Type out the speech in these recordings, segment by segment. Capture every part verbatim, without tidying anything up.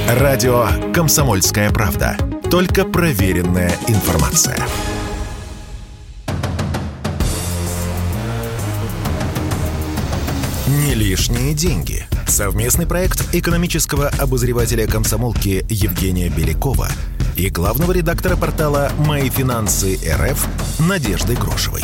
Радио «Комсомольская правда». Только проверенная информация. Не лишние деньги. Совместный проект экономического обозревателя «Комсомолки» Евгения Белякова и главного редактора портала «Мои финансы РФ» Надежды Грошевой.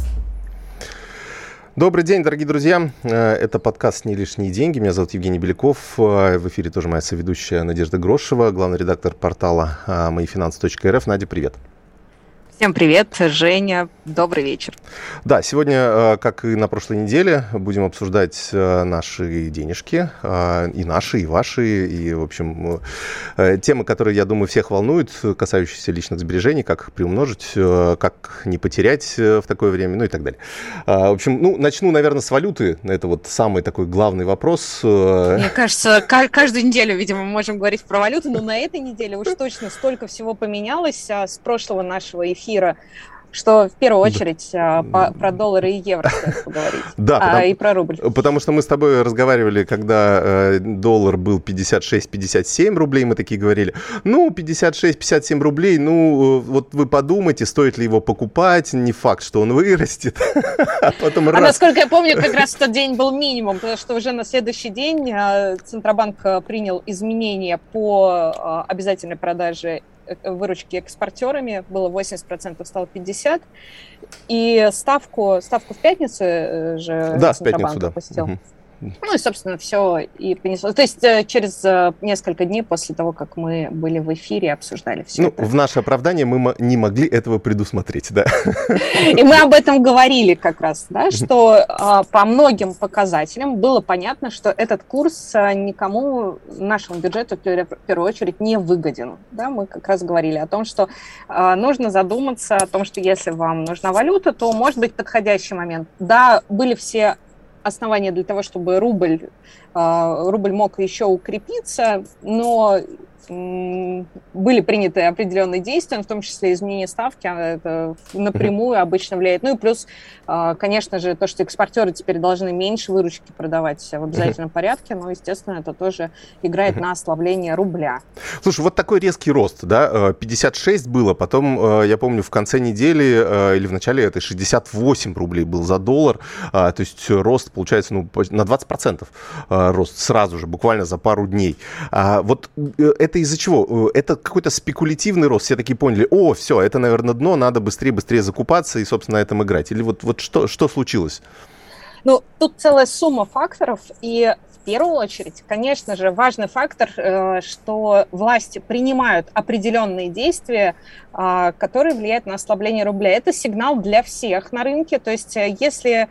Добрый день, дорогие друзья. Это подкаст «Не лишние деньги». Меня зовут Евгений Беляков. В эфире тоже моя соведущая Надежда Грошева, главный редактор портала мои финансы точка эр эф. Надя, привет. Всем привет, Женя, добрый вечер. Да, сегодня, как и на прошлой неделе, будем обсуждать наши денежки, и наши, и ваши, и, в общем, темы, которые, я думаю, всех волнуют, касающиеся личных сбережений, как их приумножить, как не потерять в такое время, ну и так далее. В общем, ну, начну, наверное, с валюты. Это вот самый такой главный вопрос. Мне кажется, каждую неделю, видимо, мы можем говорить про валюту, но на этой неделе уж точно столько всего поменялось с прошлого нашего эфира, что в первую очередь да. по, про доллары и евро стоит поговорить, да, а, потому, и про рубль. Потому что мы с тобой разговаривали, когда э, доллар был пятьдесят шесть - пятьдесят семь рублей, мы такие говорили, ну, пятьдесят шесть - пятьдесят семь рублей, ну, вот вы подумайте, стоит ли его покупать, не факт, что он вырастет. А, потом а раз... насколько я помню, как раз в тот день был минимум, потому что уже на следующий день Центробанк принял изменения по обязательной продаже выручки экспортерами, было восемьдесят процентов, стало пятьдесят процентов, и ставку, ставку в пятницу же да, Центробанк да. опустил. Угу. Ну и, собственно, все и понесло. То есть через несколько дней после того, как мы были в эфире, обсуждали все ну, это. В наше оправдание мы не могли этого предусмотреть, да. И мы об этом говорили как раз, да, что а, по многим показателям было понятно, что этот курс а, никому, нашему бюджету, в первую очередь, не выгоден. Да, мы как раз говорили о том, что а, нужно задуматься о том, что если вам нужна валюта, то может быть подходящий момент. Да, были все основания для того, чтобы рубль, рубль мог еще укрепиться, но были приняты определенные действия, в том числе изменение ставки, это напрямую обычно влияет. Ну и плюс, конечно же, то, что экспортеры теперь должны меньше выручки продавать в обязательном порядке, но, естественно, это тоже играет на ослабление рубля. Слушай, вот такой резкий рост, да, пятьдесят шесть было, потом, я помню, в конце недели или в начале этой шестьдесят восемь рублей был за доллар, то есть рост, получается, ну, на двадцать процентов рост сразу же, буквально за пару дней. Вот это из-за чего? Это какой-то спекулятивный рост. Все такие поняли, о, все, это, наверное, дно, надо быстрее-быстрее закупаться и, собственно, на этом играть. Или вот, вот что, что случилось? Ну, тут целая сумма факторов, и в первую очередь, конечно же, важный фактор, что власти принимают определенные действия, которые влияют на ослабление рубля. Это сигнал для всех на рынке, то есть если...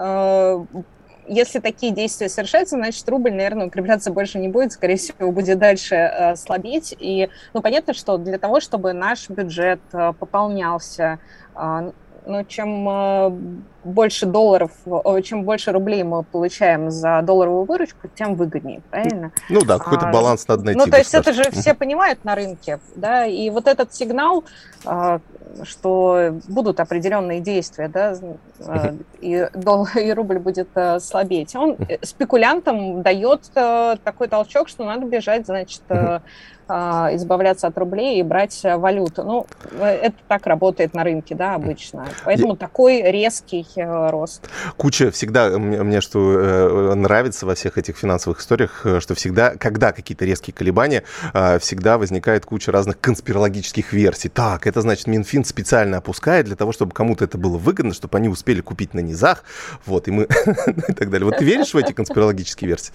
Если такие действия совершаются, значит, рубль, наверное, укрепляться больше не будет, скорее всего, будет дальше э, слабеть. И, ну, понятно, что для того, чтобы наш бюджет э, пополнялся, э, ну, чем э, больше долларов, э, чем больше рублей мы получаем за долларовую выручку, тем выгоднее, правильно? Ну да, какой-то баланс надо найти. Ну, то есть это же все понимают на рынке, да, и вот этот сигнал, э, что будут определенные действия, да, и, доллар, и рубль будет э, слабеть. Он спекулянтам дает э, такой толчок, что надо бежать, значит, э, э, избавляться от рублей и брать валюту. Ну, это так работает на рынке, да, обычно. Поэтому Я... такой резкий э, рост. Куча всегда, мне, мне что э, нравится во всех этих финансовых историях, что всегда, когда какие-то резкие колебания, э, всегда возникает куча разных конспирологических версий. Так, это значит, Минфин специально опускает для того, чтобы кому-то это было выгодно, чтобы они успели купить на низах, вот, и мы, и так далее. Вот ты веришь в эти конспирологические версии?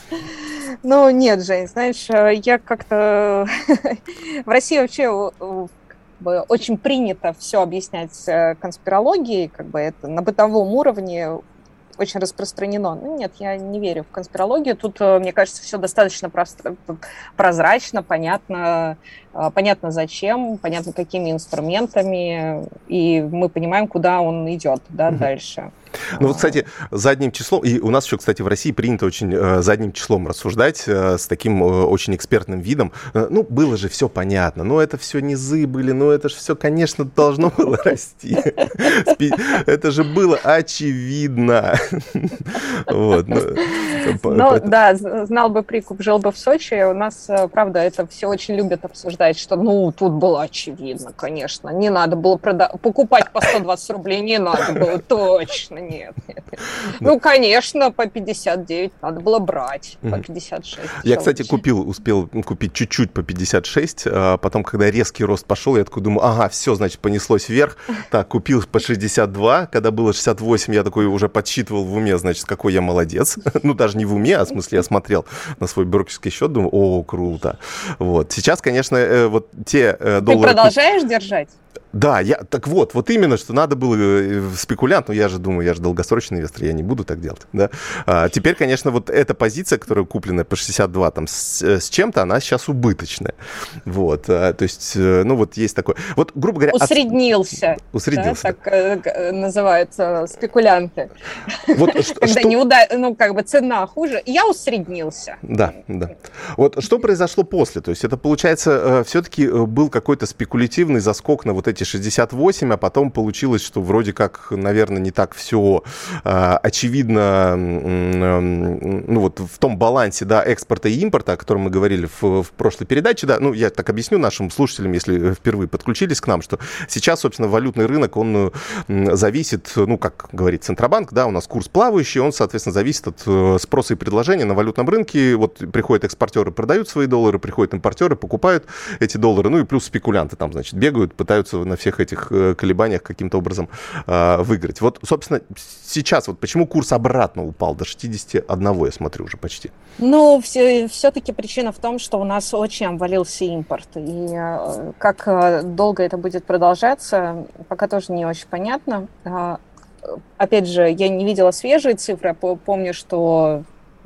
Ну, нет, Жень, знаешь, я как-то... В России вообще очень принято все объяснять конспирологией, как бы это на бытовом уровне очень распространено. Ну, нет, я не верю в конспирологию. Тут, мне кажется, все достаточно просто, прозрачно, понятно, понятно зачем, понятно какими инструментами, и мы понимаем, куда он идет, да, mm-hmm. дальше. Ну вот, кстати, задним числом, и у нас еще, кстати, в России принято очень э, задним числом рассуждать э, с таким э, очень экспертным видом. Э, ну, было же все понятно, ну это все низы были, ну это же все, конечно, должно было расти. Это же было очевидно. Ну да, знал бы прикуп, жил бы в Сочи. У нас, правда, это все очень любят обсуждать, что ну тут было очевидно, конечно. Не надо было покупать по сто двадцать рублей, не надо было, точно. Нет, нет, нет. Ну, конечно, по пятьдесят девять надо было брать, по пятьдесят шесть. Я, кстати, купил, успел купить чуть-чуть по пятьдесят шесть, а потом, когда резкий рост пошел, я такой думаю, ага, все, значит, понеслось вверх. Так, купил по шестьдесят два, когда было шестьдесят восемь, я такой уже подсчитывал в уме, значит, какой я молодец. Ну, даже не в уме, а в смысле я смотрел на свой брокерский счет, думаю, о, круто. Вот. Сейчас, конечно, вот те доллары... Ты продолжаешь держать? Да, я, так вот, вот именно, что надо было спекулянт, но я же думаю, я же долгосрочный инвестор, я не буду так делать, да. А, теперь, конечно, вот эта позиция, которая куплена по шестьдесят два там с, с чем-то, она сейчас убыточная, вот, а, то есть, ну вот есть такое, вот, грубо говоря... Усреднился. От... Усреднился. Да, так э, называются спекулянты. Вот, что, Когда что... не уда... ну, как бы цена хуже, я усреднился. Да, да. Вот что произошло после, то есть это, получается, все-таки был какой-то спекулятивный заскок на вот эти шестьдесят восемь, а потом получилось, что вроде как, наверное, не так все э, очевидно, э, ну вот в том балансе, да, экспорта и импорта, о котором мы говорили в, в прошлой передаче, да, ну я так объясню нашим слушателям, если впервые подключились к нам, что сейчас, собственно, валютный рынок, он э, зависит, ну, как говорит Центробанк, да, у нас курс плавающий, он, соответственно, зависит от э, спроса и предложения на валютном рынке, вот приходят экспортеры, продают свои доллары, приходят импортеры, покупают эти доллары, ну и плюс спекулянты там, значит, бегают, пытаются на всех этих колебаниях каким-то образом э, выиграть. Вот, собственно, сейчас вот почему курс обратно упал до шестьдесят один, я смотрю уже почти. Ну, все, все-таки причина в том, что у нас очень обвалился импорт. И э, как долго это будет продолжаться, пока тоже не очень понятно. Э, опять же, я не видела свежие цифры, помню, что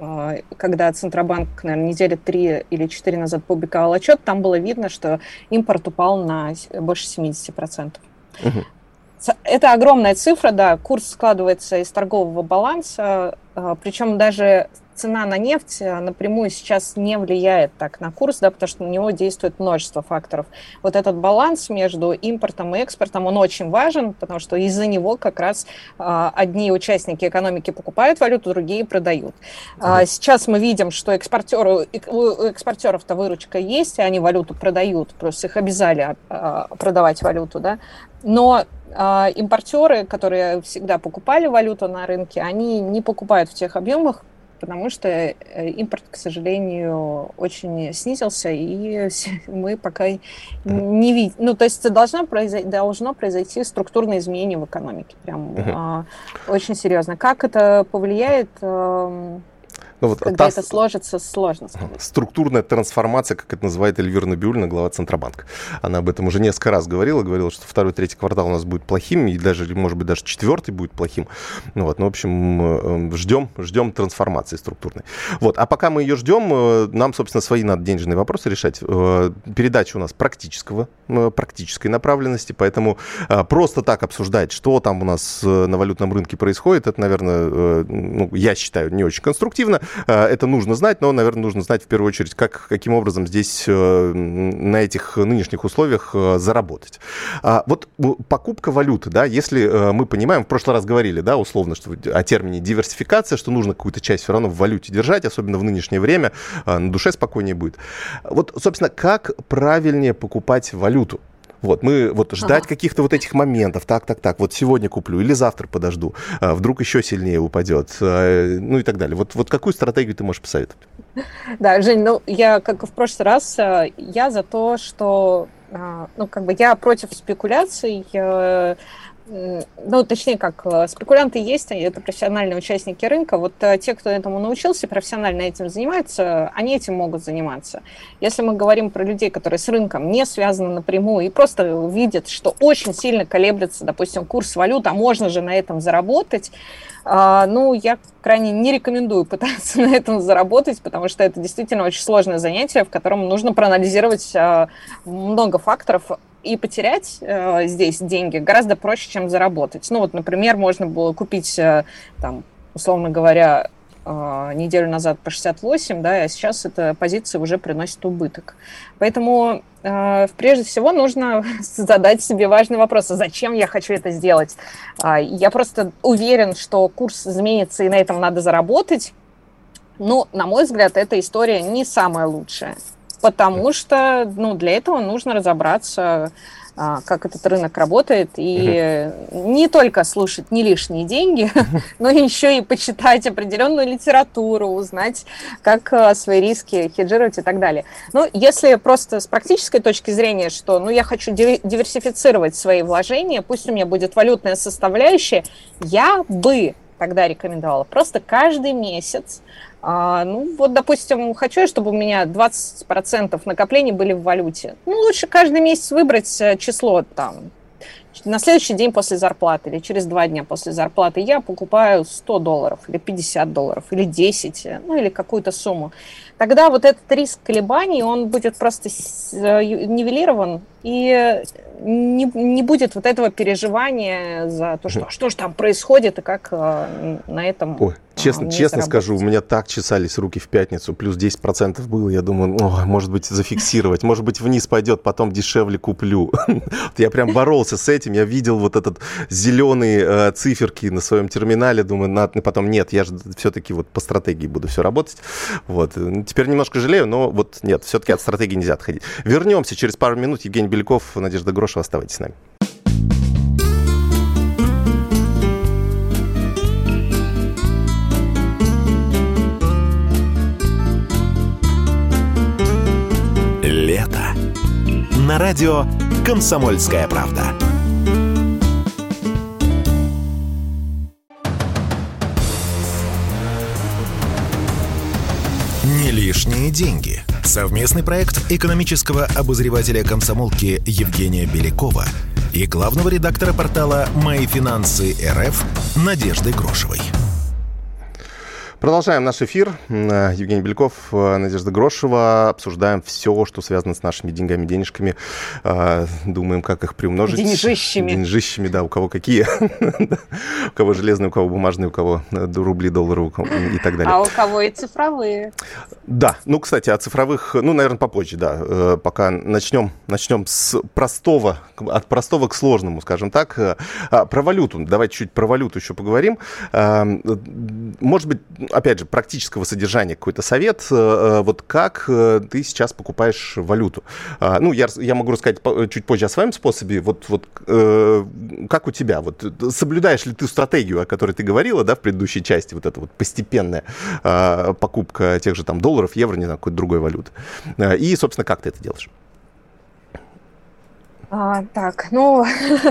когда Центробанк, наверное, недели три или четыре назад публиковал отчет, там было видно, что импорт упал на больше семьдесят процентов. Угу. Это огромная цифра, да, курс складывается из торгового баланса, причем даже цена на нефть напрямую сейчас не влияет так на курс, да, потому что на него действует множество факторов. Вот этот баланс между импортом и экспортом, он очень важен, потому что из-за него как раз а, одни участники экономики покупают валюту, другие продают. А, сейчас мы видим, что экспортеры, у экспортеров-то выручка есть, и они валюту продают, просто их обязали а, продавать валюту, да, но а, импортеры, которые всегда покупали валюту на рынке, они не покупают в тех объемах, потому что импорт, к сожалению, очень снизился, и мы пока не видим. Ну, то есть должно произойти, должно произойти структурное изменение в экономике, прям uh-huh. а, очень серьезно. Как это повлияет? А, Ну, вот когда это сложится, сложно сказать. Структурная трансформация, как это называет Эльвира Набиуллина, глава Центробанка. Она об этом уже несколько раз говорила, говорила, что второй, третий квартал у нас будет плохим, и даже, может быть, даже четвертый будет плохим. Ну, вот, ну, в общем, ждем, ждем трансформации структурной. Вот, а пока мы ее ждем, нам, собственно, свои надо денежные вопросы решать. Передача у нас практического, практической направленности, поэтому просто так обсуждать, что там у нас на валютном рынке происходит, это, наверное, ну, я считаю, не очень конструктивно. Это нужно знать, но, наверное, нужно знать в первую очередь, как, каким образом здесь на этих нынешних условиях заработать. Вот покупка валюты, да, если мы понимаем, в прошлый раз говорили, да, условно, что о термине диверсификация, что нужно какую-то часть все равно в валюте держать, особенно в нынешнее время, на душе спокойнее будет. Вот, собственно, как правильнее покупать валюту? Вот, мы вот ждать ага. каких-то вот этих моментов, так, так, так, вот сегодня куплю или завтра подожду, а вдруг еще сильнее упадет, а, ну и так далее. Вот, вот какую стратегию ты можешь посоветовать? Да, Жень, ну я, как и в прошлый раз, я за то, что, ну как бы я против спекуляций, ну, точнее, как спекулянты есть, это профессиональные участники рынка. Вот те, кто этому научился, профессионально этим занимаются, они этим могут заниматься. Если мы говорим про людей, которые с рынком не связаны напрямую и просто видят, что очень сильно колеблется, допустим, курс валют, а можно же на этом заработать, ну, я крайне не рекомендую пытаться на этом заработать, потому что это действительно очень сложное занятие, в котором нужно проанализировать много факторов. и потерять э, здесь деньги гораздо проще, чем заработать. Ну вот, например, можно было купить, э, там, условно говоря, э, неделю назад по шестьдесят восемь, да, а сейчас эта позиция уже приносит убыток. Поэтому э, прежде всего нужно задать себе важный вопрос: а зачем я хочу это сделать? Э, я просто уверен, что курс изменится, и на этом надо заработать. Но, на мой взгляд, эта история не самая лучшая. Потому что, ну, для этого нужно разобраться, а, как этот рынок работает, и mm-hmm. не только слушать не лишние деньги, но еще и почитать определенную литературу, узнать, как а, свои риски хеджировать и так далее. Ну, если просто с практической точки зрения, что, ну, я хочу диверсифицировать свои вложения, пусть у меня будет валютная составляющая, я бы тогда рекомендовала просто каждый месяц. А, ну, вот, допустим, хочу я, чтобы у меня двадцать процентов накоплений были в валюте. Ну, лучше каждый месяц выбрать число там. На следующий день после зарплаты или через два дня после зарплаты я покупаю сто долларов или пятьдесят долларов или десять, ну, или какую-то сумму. Тогда вот этот риск колебаний, он будет просто нивелирован, и не, не будет вот этого переживания за то, что, что же там происходит и как а, на этом... Ой, честно, а, честно скажу, у меня так чесались руки в пятницу, плюс десять процентов было, я думаю, о, может быть, зафиксировать, может быть, вниз пойдет, потом дешевле куплю. Я прям боролся с этим, я видел вот этот зеленые циферки на своем терминале, думаю, потом нет, я же все-таки вот по стратегии буду все работать. Вот. Теперь немножко жалею, но вот нет, все-таки от стратегии нельзя отходить. Вернемся через пару минут. Евгений Беляков, Надежда Грошева, оставайтесь с нами. Лето. На радио «Комсомольская правда». Не лишние деньги. Совместный проект экономического обозревателя комсомолки Евгения Белякова и главного редактора портала «Мои финансы РФ» Надежды Грошевой. Продолжаем наш эфир. Евгений Беляков, Надежда Грошева. Обсуждаем все, что связано с нашими деньгами, денежками. Думаем, как их приумножить. Деньжищами. Деньжищами, да, у кого какие. У кого железные, у кого бумажные, у кого рубли, доллары и так далее. А у кого и цифровые. Да, ну, кстати, о цифровых, ну, наверное, попозже, да. Пока начнем, начнем с простого, от простого к сложному, скажем так. Про валюту. Давайте чуть про валюту еще поговорим. Может быть, опять же, практического содержания какой-то совет. Вот как ты сейчас покупаешь валюту? Ну, я, я могу рассказать чуть позже о своем способе. Вот, вот как у тебя? Вот, соблюдаешь ли ты стратегию, о которой ты говорила, да, в предыдущей части, вот эта вот постепенная покупка тех же там долларов, евро, не знаю, какой-то другой валюты? И, собственно, как ты это делаешь? А, так, ну,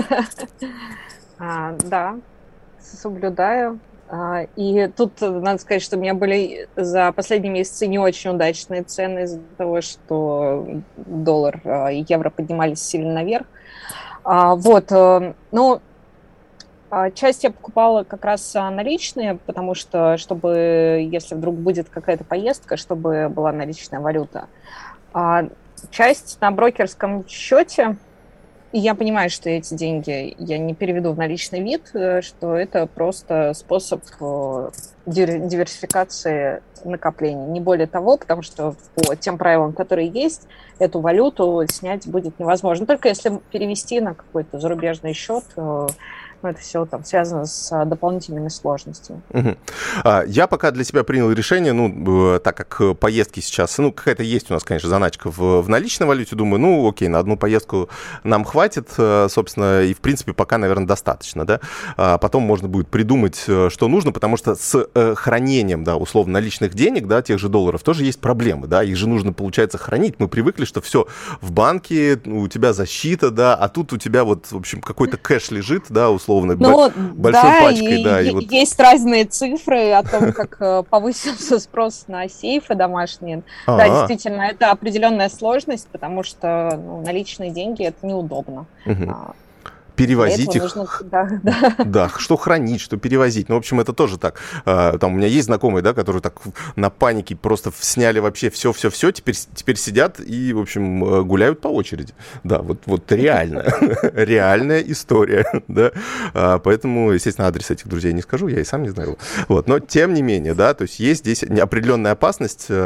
а, да, соблюдаю. И тут надо сказать, что у меня были за последние месяцы не очень удачные цены из-за того, что доллар и евро поднимались сильно наверх. Вот, ну, часть я покупала как раз наличные, потому что, чтобы, если вдруг будет какая-то поездка, чтобы была наличная валюта. Часть на брокерском счете. И я понимаю, что эти деньги я не переведу в наличный вид, что это просто способ диверсификации накоплений. Не более того, потому что по тем правилам, которые есть, эту валюту снять будет невозможно. Только если перевести на какой-то зарубежный счет, но это все там связано с дополнительными сложностями. Угу. А, я пока для себя принял решение, ну, так как поездки сейчас, ну, какая-то есть у нас, конечно, заначка в, в наличной валюте, думаю, ну, окей, на одну поездку нам хватит, собственно, и, в принципе, пока, наверное, достаточно, да. А потом можно будет придумать, что нужно, потому что с э, хранением, да, условно, наличных денег, да, тех же долларов, тоже есть проблемы, да, их же нужно, получается, хранить. Мы привыкли, что все в банке, у тебя защита, да, а тут у тебя вот, в общем, какой-то кэш лежит, да, условно, Ну, большой да, пачкой, и, да. И, и вот... есть разные цифры о том, как повысился спрос на сейфы домашние. А-а-а. Да, действительно, это определенная сложность, потому что ну, наличные деньги – это неудобно. Угу. перевозить их. Нужно, да, да. Да, что хранить, что перевозить. Ну, в общем, это тоже так. Там у меня есть знакомые, да, которые так на панике просто сняли вообще все-все-все, теперь, теперь сидят и, в общем, гуляют по очереди. Да, вот, вот реально. Реальная история, да. Поэтому, естественно, адрес этих друзей не скажу, я и сам не знаю. Вот, но тем не менее, да, то есть есть здесь определенная опасность. То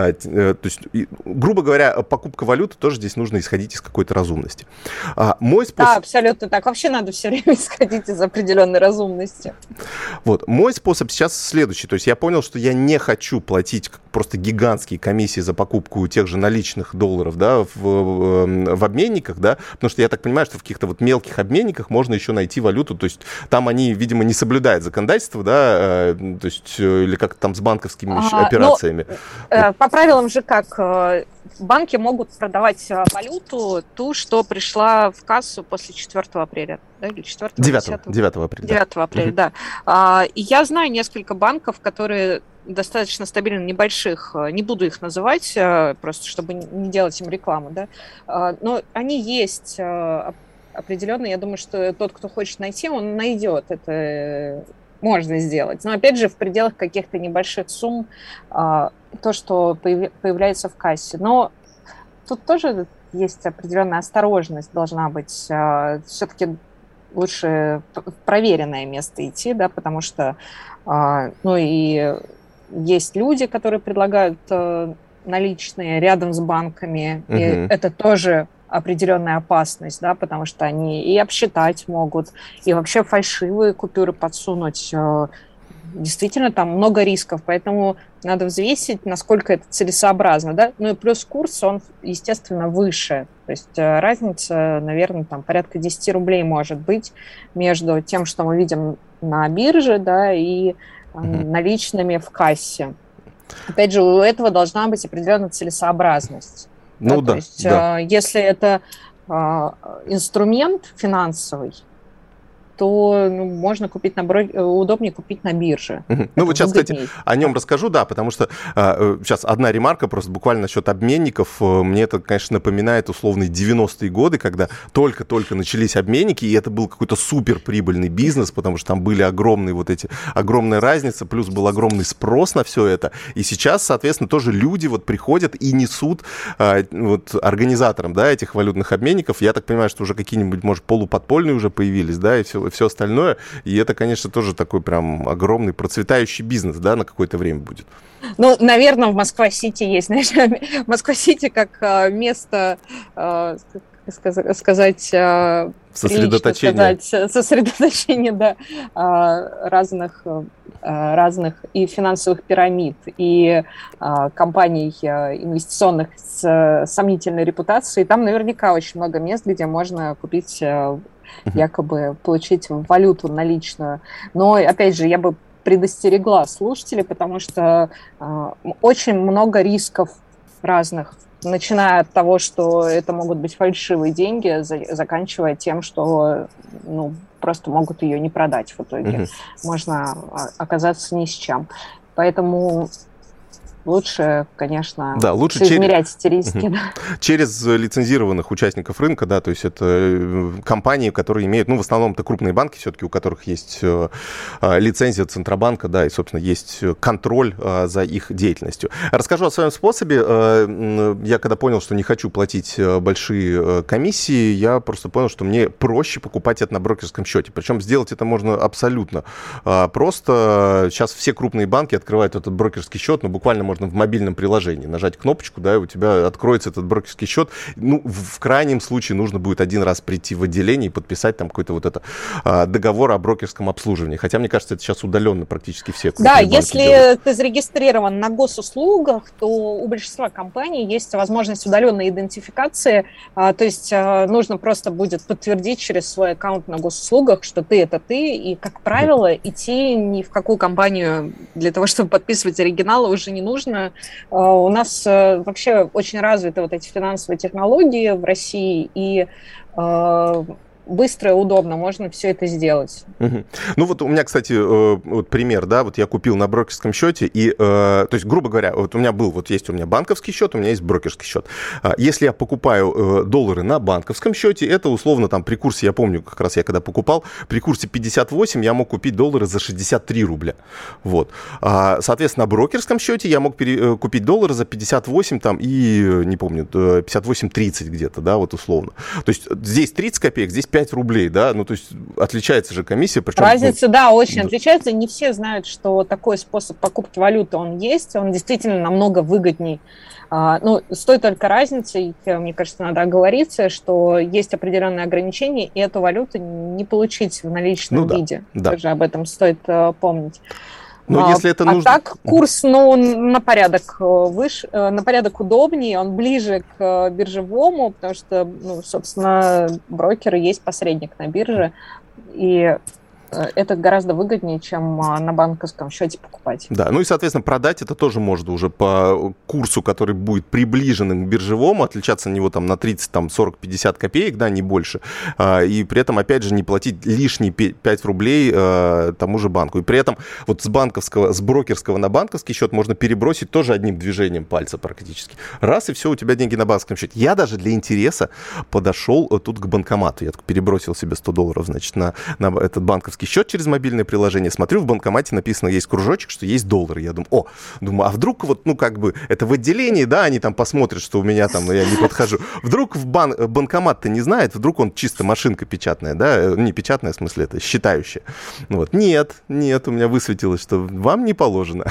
есть, грубо говоря, покупка валюты тоже здесь нужно исходить из какой-то разумности. Мой способ... Да, абсолютно так. Вообще надо все время исходить из определенной разумности. Вот. Мой способ сейчас следующий. То есть я понял, что я не хочу платить просто гигантские комиссии за покупку тех же наличных долларов, да, в, в обменниках, да, потому что я так понимаю, что в каких-то вот мелких обменниках можно еще найти валюту. То есть там они, видимо, не соблюдают законодательство, да, то есть или как там с банковскими а, операциями. Ну, по правилам же как... Банки могут продавать валюту, ту, что пришла в кассу после четвёртого апреля, да, или четвёртого, девятого апреля. девятого апреля, да. да. И я знаю несколько банков, которые достаточно стабильно, небольших, не буду их называть, просто чтобы не делать им рекламу, да, но они есть определенные, я думаю, что тот, кто хочет найти, он найдет это... Можно сделать. Но, опять же, в пределах каких-то небольших сумм а, то, что появ... появляется в кассе. Но тут тоже есть определенная осторожность должна быть. А, все-таки лучше в проверенное место идти, да, потому что а, ну и есть люди, которые предлагают а, наличные рядом с банками, uh-huh. и это тоже определенная опасность, да, потому что они и обсчитать могут, и вообще фальшивые купюры подсунуть. Действительно, там много рисков, поэтому надо взвесить, насколько это целесообразно, да. Ну и плюс курс, он, естественно, выше. То есть разница, наверное, там порядка десять рублей может быть между тем, что мы видим на бирже, да, и mm-hmm. наличными в кассе. Опять же, у этого должна быть определенная целесообразность. Ну, да, да, то есть, да. э, если это э, инструмент финансовый, то ну, можно купить на бро... удобнее купить на бирже. Uh-huh. Ну вот сейчас, выгодней. Кстати, о нем расскажу, да, потому что э, сейчас одна ремарка просто буквально насчет обменников. Мне это, конечно, напоминает условные девяностые годы, когда только-только начались обменники, и это был какой-то суперприбыльный бизнес, потому что там были огромные вот эти, огромная разница, плюс был огромный спрос на все это. И сейчас, соответственно, тоже люди вот приходят и несут э, вот организаторам, да, этих валютных обменников. Я так понимаю, что уже какие-нибудь, может, полуподпольные уже появились, да, и все все остальное, и это, конечно, тоже такой прям огромный процветающий бизнес, да, на какое-то время будет. Ну, наверное, в Москва-Сити есть, знаешь, Москва-Сити как место, как сказать, сосредоточение. Сказать, сосредоточение, да, разных, разных и финансовых пирамид, и компаний инвестиционных с сомнительной репутацией. Там наверняка очень много мест, где можно купить якобы получить валюту наличную. Но, опять же, я бы предостерегла слушателей, потому что э, очень много рисков разных, начиная от того, что это могут быть фальшивые деньги, за, заканчивая тем, что ну, просто могут ее не продать в итоге. Mm-hmm. Можно оказаться ни с чем. Поэтому... Лучше, конечно, да, лучше измерять через... эти риски. Угу. Через лицензированных участников рынка, да, то есть это компании, которые имеют, ну, в основном это крупные банки все-таки, у которых есть э, лицензия Центробанка, да, и, собственно, есть контроль э, за их деятельностью. Расскажу о своем способе. Э, я когда понял, что не хочу платить большие комиссии, я просто понял, что мне проще покупать это на брокерском счете. Причем сделать это можно абсолютно э, просто. Сейчас все крупные банки открывают этот брокерский счет, но буквально можно в мобильном приложении нажать кнопочку, да, и у тебя откроется этот брокерский счет. Ну, в крайнем случае нужно будет один раз прийти в отделение и подписать там какой-то вот это а, договор о брокерском обслуживании. Хотя, мне кажется, это сейчас удаленно практически все. Да, если делают. Ты зарегистрирован на госуслугах, то у большинства компаний есть возможность удаленной идентификации. А, то есть а, нужно просто будет подтвердить через свой аккаунт на госуслугах, что ты это ты. И, как правило, идти ни в какую компанию для того, чтобы подписывать оригиналы, уже не нужно. У нас вообще очень развиты вот эти финансовые технологии в России, и быстро и удобно можно все это сделать. Угу. Ну вот у меня, кстати, вот пример, да, вот я купил на брокерском счете, и, то есть, грубо говоря, вот у меня был, вот есть у меня банковский счет, у меня есть брокерский счет. Если я покупаю доллары на банковском счете, это условно там при курсе, я помню, как раз я когда покупал, при курсе пятьдесят восемь я мог купить доллары за шестьдесят три рубля. Вот. Соответственно, на брокерском счете я мог пере- купить доллары за пятьдесят восемь там и, не помню, пятьдесят восемь тридцать где-то, да, вот условно. То есть здесь тридцать копеек, здесь пять рублей, да, ну то есть отличается же комиссия. Причем, разница, ну, да, очень отличается. Не все знают, что такой способ покупки валюты, он есть, он действительно намного выгодней. А, ну, с той только разницей, мне кажется, надо оговориться, что есть определенные ограничения, и эту валюту не получить в наличном ну, виде. Да, Тоже да. об этом стоит uh, помнить. Но а, если это а нужно... так курс, ну, на порядок выше, на порядок удобнее, он ближе к биржевому, потому что, ну, собственно, брокеры есть посредник на бирже, и это гораздо выгоднее, чем на банковском счете покупать. Да, ну и, соответственно, продать это тоже можно уже по курсу, который будет приближенным к биржевому, отличаться от него там на тридцать, там, сорок, пятьдесят копеек, да, не больше, и при этом, опять же, не платить лишние пять рублей тому же банку. И при этом вот с банковского, с брокерского на банковский счет можно перебросить тоже одним движением пальца практически. Раз, и все, у тебя деньги на банковском счете. Я даже для интереса подошел тут к банкомату. Я перебросил себе сто долларов, значит, на, на этот банковский счет через мобильное приложение, смотрю, в банкомате написано, есть кружочек, что есть доллары. Я думаю, о, думаю, а вдруг вот, ну, как бы, это в отделении, да, они там посмотрят, что у меня там, я не подхожу. Вдруг в бан- банкомат-то не знает, вдруг он чисто машинка печатная, да, не печатная, в смысле, это считающая. Вот. Нет, нет, у меня высветилось, что вам не положено.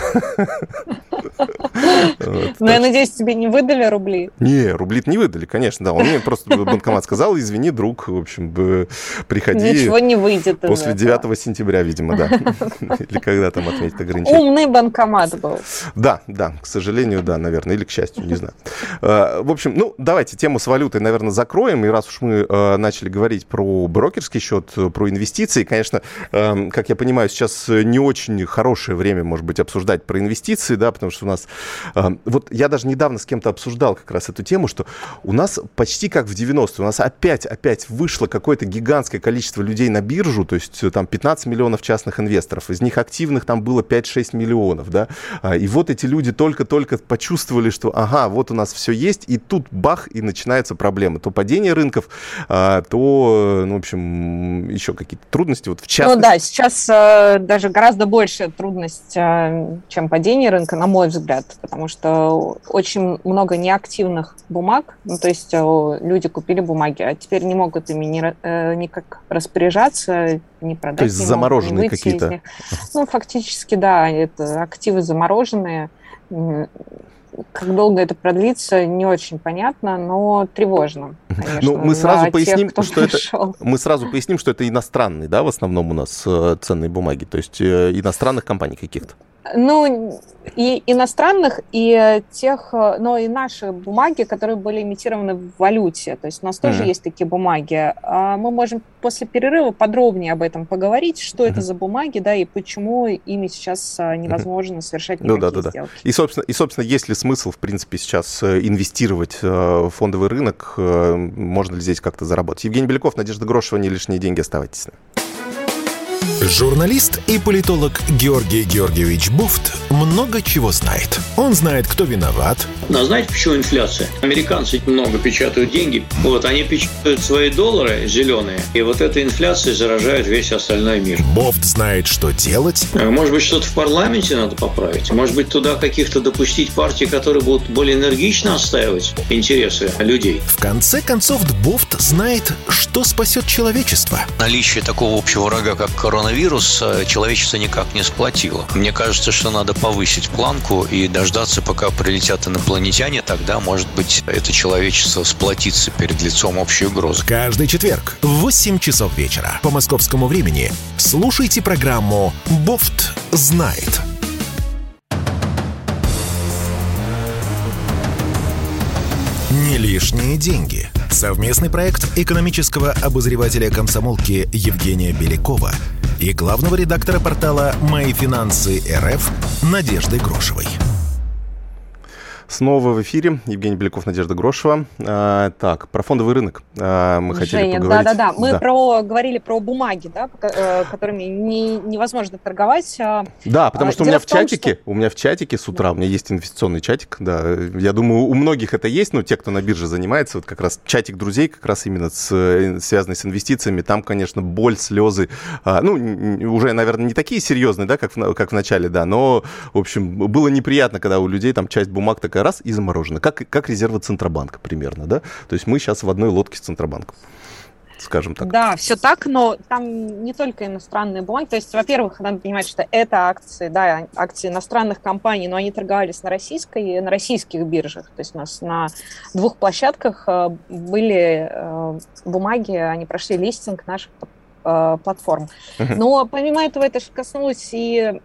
Но я надеюсь, тебе не выдали рубли? Не, рубли-то не выдали, конечно, да. Он мне просто банкомат сказал, извини, друг, в общем, приходи. Ничего не выйдет. После девятого сентября, видимо, да. Или когда там отметить ограничение. Умный банкомат был. Да, да, к сожалению, да, наверное, или к счастью, не знаю. В общем, ну, давайте тему с валютой, наверное, закроем. И раз уж мы начали говорить про брокерский счет, про инвестиции, конечно, как я понимаю, сейчас не очень хорошее время, может быть, обсуждать про инвестиции, да, потому что у нас... Вот я даже недавно с кем-то обсуждал как раз эту тему, что у нас почти как в девяностые, у нас опять, опять вышло какое-то гигантское количество людей на биржу, то есть там пятнадцать миллионов частных инвесторов, из них активных там было пять-шесть миллионов, да, и вот эти люди только-только почувствовали, что ага, вот у нас все есть, и тут бах, и начинаются проблемы. То падение рынков, то, ну, в общем, еще какие-то трудности. Вот в частности... Ну да, сейчас даже гораздо больше трудность, чем падение рынка, на мой взгляд, потому что очень много неактивных бумаг, ну, то есть люди купили бумаги, а теперь не могут ими ни, никак распоряжаться, не продать. То есть замороженные могут, какие-то? Ну, фактически, да, это активы замороженные. Как долго это продлится, не очень понятно, но тревожно, конечно. Ну, мы сразу поясним, тех, что это, мы сразу поясним, что это иностранные, да, в основном у нас ценные бумаги, то есть иностранных компаний каких-то. Ну, и иностранных, и тех, но и наши бумаги, которые были имитированы в валюте. То есть у нас тоже mm-hmm. есть такие бумаги. Мы можем после перерыва подробнее об этом поговорить, что mm-hmm. это за бумаги, да, и почему ими сейчас невозможно mm-hmm. совершать никакие ну, да, да, сделки. Да. И, собственно, и, собственно, есть ли смысл, в принципе, сейчас инвестировать в фондовый рынок? Можно ли здесь как-то заработать? Евгений Беляков, Надежда Грошева, «Не лишние деньги». Оставайтесь. Журналист и политолог Георгий Георгиевич Бофт много чего знает. Он знает, кто виноват. Но знаете, почему инфляция? Американцы много печатают деньги. Вот, они печатают свои доллары зеленые, и вот эта инфляция заражает весь остальной мир. Бофт знает, что делать. Может быть, что-то в парламенте надо поправить? Может быть, туда каких-то допустить партий, которые будут более энергично отстаивать интересы людей? В конце концов, Бофт знает, что спасет человечество. Наличие такого общего врага, как коронавирус, человечество никак не сплотило. Мне кажется, что надо повысить планку и дождаться, пока прилетят инопланетяне. Тогда, может быть, это человечество сплотится перед лицом общей угрозы. Каждый четверг в восемь часов вечера по московскому времени слушайте программу «Бофт знает». Не лишние деньги. Совместный проект экономического обозревателя комсомолки Евгения Белякова и главного редактора портала «Мои финансы РФ» Надежды Грошевой. Снова в эфире Евгений Беляков, Надежда Грошева. А, так, про фондовый рынок а, мы хотели Женя, поговорить. Да-да-да, мы да. про, говорили про бумаги, да, которыми не, невозможно торговать. Да, потому что Дело у меня в, в том, чатике, что... у меня в чатике с утра, да. у меня есть инвестиционный чатик, да, я думаю, у многих это есть, но те, кто на бирже занимается, вот как раз чатик друзей, как раз именно с, связанный с инвестициями, там, конечно, боль, слезы, а, ну, уже, наверное, не такие серьезные, да, как в, как в начале, да, но, в общем, было неприятно, когда у людей там часть бумаг такая раз и заморожена, как, как резервы Центробанка примерно, да, то есть мы сейчас в одной лодке с Центробанком, скажем так. Да, все так, но там не только иностранные бумаги, то есть, во-первых, надо понимать, что это акции, да, акции иностранных компаний, но они торговались на российской, на российских биржах, то есть у нас на двух площадках были бумаги, они прошли листинг наших платформ. Uh-huh. Но помимо этого это же коснулось и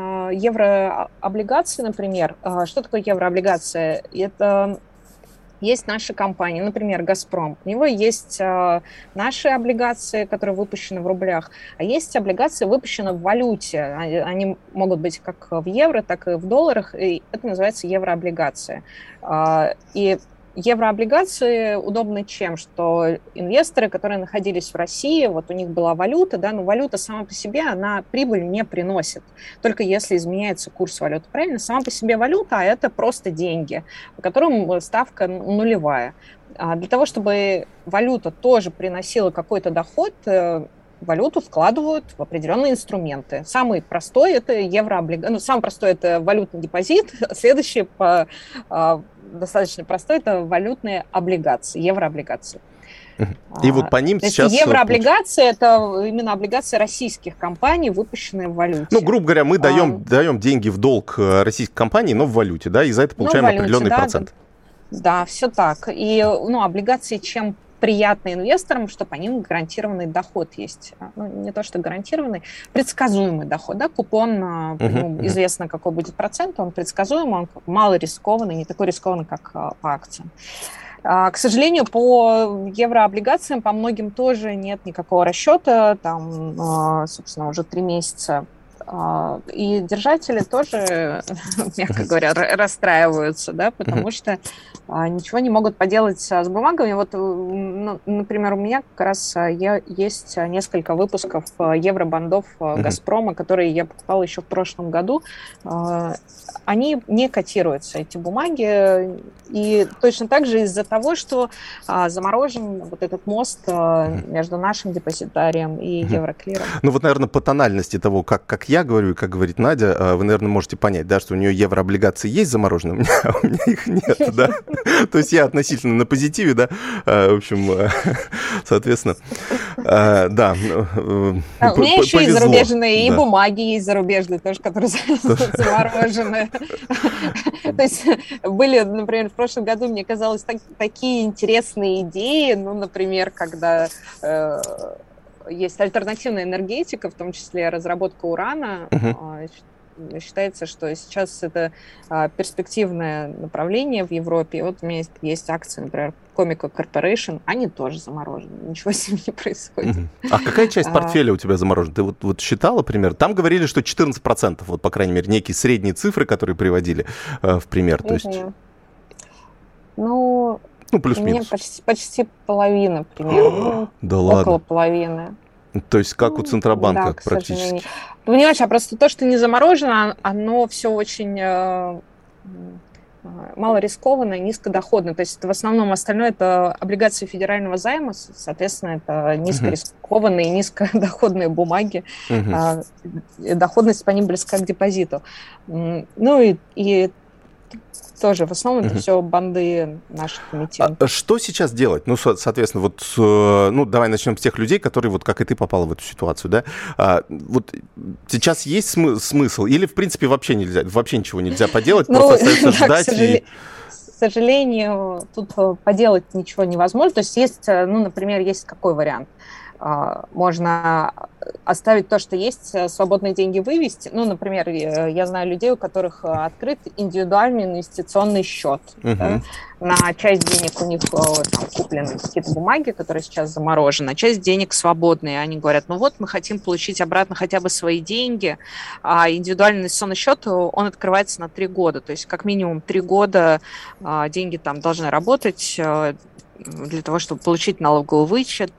еврооблигаций, например. Что такое еврооблигация? Это есть наши компании, например, «Газпром». У него есть э, наши облигации, которые выпущены в рублях, а есть облигации, выпущенные в валюте. Они, они могут быть как в евро, так и в долларах, и это называется еврооблигация. Э, и еврооблигации удобны чем? Что инвесторы, которые находились в России, вот у них была валюта, да, но валюта сама по себе, она прибыль не приносит, только если изменяется курс валюты. Правильно? Сама по себе валюта, а это просто деньги, по которым ставка нулевая. А для того, чтобы валюта тоже приносила какой-то доход, валюту вкладывают в определенные инструменты. Самый простой – это еврооблигация, ну, самый простой – это валютный депозит, следующий по достаточно простой, это валютные облигации, еврооблигации. И а, вот по ним сейчас... Еврооблигации – это именно облигации российских компаний, выпущенные в валюте. Ну, грубо говоря, мы даем, а, даем деньги в долг российской компании, но в валюте, да, и за это получаем ну, валюте, определенный да, процент. Да, да, все так. И, ну, облигации чем приятно инвесторам, что по ним гарантированный доход есть. Ну, не то, что гарантированный, предсказуемый доход. Да? Купон, uh-huh, ну, uh-huh. известно, какой будет процент, он предсказуемый, он мало рискованный, не такой рискованный, как по акциям. К сожалению, по еврооблигациям по многим тоже нет никакого расчета. Там, собственно, уже три месяца. И держатели тоже, мягко говоря, расстраиваются, да, потому что ничего не могут поделать с бумагами. Вот, ну, например, у меня как раз есть несколько выпусков евробандов «Газпрома», которые я покупала еще в прошлом году. Они не котируются, эти бумаги. И точно так же из-за того, что заморожен вот этот мост между нашим депозитарием и Евроклиром. Ну вот, наверное, по тональности того, как, как я говорю и как говорит Надя, вы, наверное, можете понять, да, что у нее еврооблигации есть замороженные, у меня, у меня их нет, да. То есть я относительно на позитиве, да, в общем, соответственно, да. У меня еще и зарубежные, и бумаги есть зарубежные тоже, которые заморожены. То есть были, например, в прошлом году, мне казалось, такие интересные идеи, ну, например, когда есть альтернативная энергетика, в том числе разработка урана. Uh-huh. Считается, что сейчас это перспективное направление в Европе. И вот у меня есть, есть акции, например, Comico Corporation, они тоже заморожены. Ничего с ним не происходит. Uh-huh. А какая часть портфеля у тебя заморожена? Ты вот, вот считала пример? Там говорили, что четырнадцать процентов, вот, по крайней мере, некие средние цифры, которые приводили э, в пример. То есть... Uh-huh. Ну... Ну, плюс-минус. У меня почти, почти половина примерно. Да около ладно? Около половины. То есть как у Центробанка, да, практически. Сожалению. Понимаешь, а просто то, что не заморожено, оно все очень э, мало рискованно, низкодоходно. То есть в основном остальное это облигации федерального займа, соответственно, это низкорискованные, uh-huh. низкодоходные бумаги. Uh-huh. Э, доходность по ним близка к депозиту. Ну и, и тоже в основном uh-huh. это все банды наших эмитентов. А что сейчас делать? Ну, соответственно, вот, ну, давай начнем с тех людей, которые, вот как и ты, попал в эту ситуацию, да? А, вот сейчас есть смы- смысл? Или, в принципе, вообще нельзя, вообще ничего нельзя поделать, просто остается ждать и... К сожалению, тут поделать ничего невозможно. То есть есть, ну, например, есть какой вариант? можно оставить то, что есть, свободные деньги вывести. Ну, например, я знаю людей, у которых открыт индивидуальный инвестиционный счет. Uh-huh. Да? На часть денег у них там куплены какие-то бумаги, которые сейчас заморожены, а часть денег свободные. Они говорят, ну вот, мы хотим получить обратно хотя бы свои деньги, а индивидуальный инвестиционный счет, он открывается на три года. То есть как минимум три года деньги там должны работать для того, чтобы получить налоговый вычет.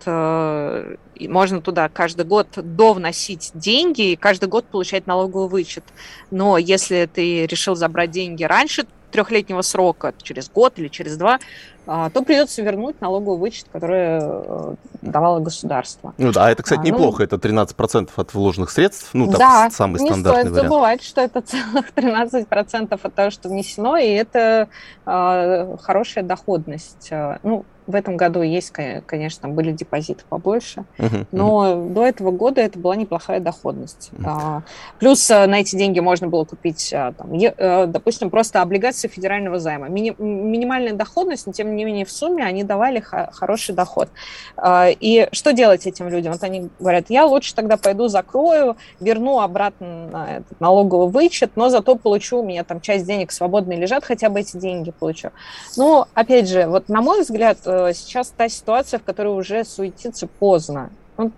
И можно туда каждый год довносить деньги и каждый год получать налоговый вычет. Но если ты решил забрать деньги раньше трехлетнего срока, через год или через два, то придется вернуть налоговый вычет, который давало государство. Ну да, это, кстати, неплохо, а, ну, это тринадцать процентов от вложенных средств, ну, так, да, самый стандартный вариант. Да, не стоит забывать, что это целых тринадцать процентов от того, что внесено, и это э, хорошая доходность. Ну, в этом году есть, конечно, были депозиты побольше, uh-huh, но uh-huh. до этого года это была неплохая доходность. Uh-huh. Плюс на эти деньги можно было купить, там, допустим, просто облигации федерального займа. Мини- минимальная доходность, но тем не менее в сумме они давали х- хороший доход. И что делать этим людям? Вот они говорят, я лучше тогда пойду закрою, верну обратно на этот налоговый вычет, но зато получу, у меня там часть денег свободные лежат, хотя бы эти деньги получу. Ну, опять же, вот на мой взгляд, сейчас та ситуация, в которой уже суетиться поздно. Он